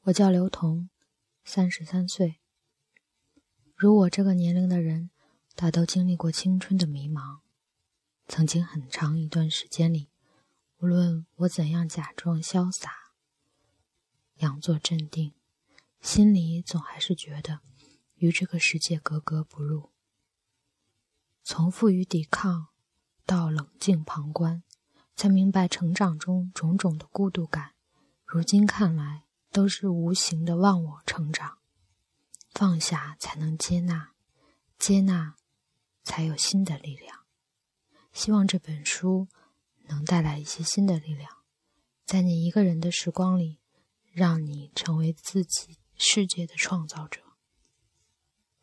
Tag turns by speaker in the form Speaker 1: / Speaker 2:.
Speaker 1: 我叫刘彤，33岁。如我这个年龄的人，大都经历过青春的迷茫。曾经很长一段时间里，无论我怎样假装潇洒，佯作镇定，心里总还是觉得与这个世界格格不入。从负隅抵抗到冷静旁观，才明白成长中种种的孤独感，如今看来都是无形的忘我成长。放下才能接纳，接纳才有新的力量。希望这本书能带来一些新的力量，在你一个人的时光里，让你成为自己世界的创造者。